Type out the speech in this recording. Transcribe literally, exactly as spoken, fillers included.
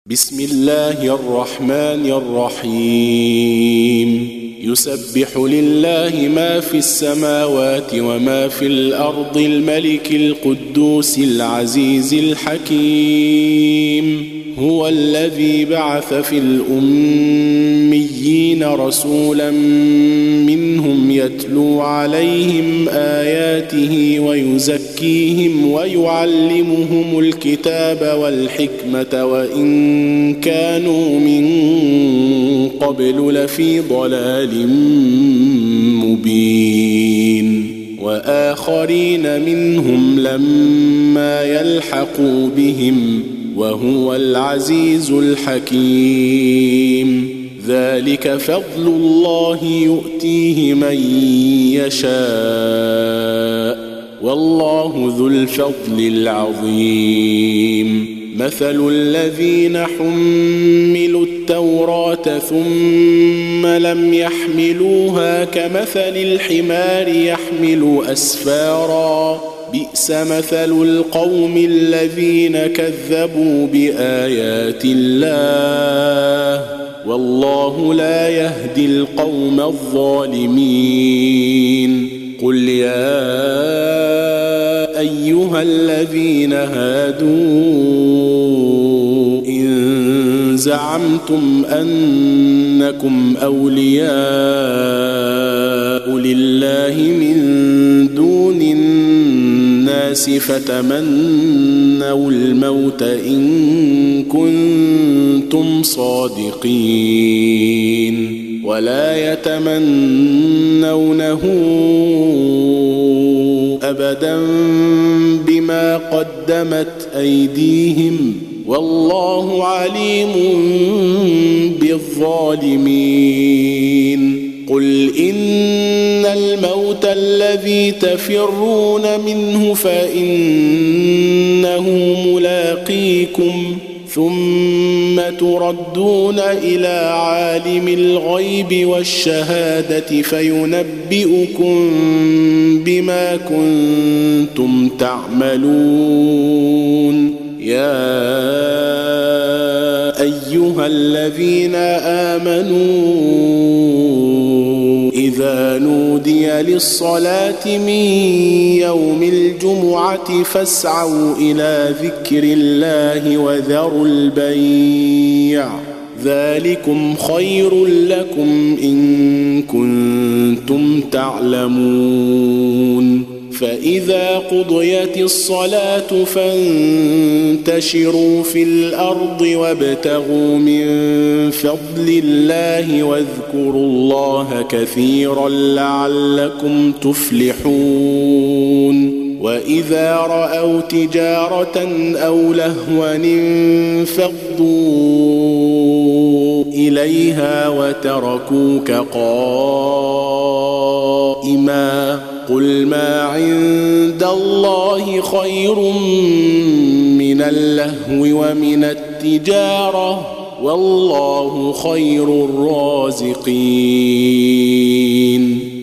بسم الله الرحمن الرحيم يسبح لله ما في السماوات وما في الأرض الملك القدوس العزيز الحكيم هو الذي بعث في الأميين رسولا منهم يتلو عليهم آياته ويزكيهم ويعلمهم الكتاب والحكمة وإن كانوا من قبل لفي ضلال مبين وآخرين منهم لما يلحقوا بهم وهو العزيز الحكيم ذلك فضل الله يؤتيه من يشاء والله ذو الفضل العظيم مثل الذين حملوا التوراة ثم لم يحملوها كمثل الحمار يحمل أسفارا بئس مثل القوم الذين كذبوا بآيات الله والله لا يهدي القوم الظالمين قل يا أيها الذين هادوا إن زعمتم أنكم أولياء لله من دون الناس فتمنوا الموت إن كنتم صادقين ولا يتمنونه أبدا بما قدمت أيديهم والله عليم بالظالمين قل إن الموت الذي تفرون منه فإنه ملاقيكم ثم تردون إلى عالم الغيب والشهادة فينبئكم بما كنتم تعملون يا أيها الذين آمنوا إذا نودي للصلاة من يوم الجمعة فاسعوا إلى ذكر الله وذروا البيع ذلكم خير لكم إن كنتم تعلمون فإذا قضيت الصلاة فانتشروا في الأرض وابتغوا من فضل الله واذكروا الله كثيرا لعلكم تفلحون وإذا رأوا تجارة أو لهوا انفضوا إليها وتركوك قائما قل ما عند الله خير من اللهو ومن التجارة والله خير الرازقين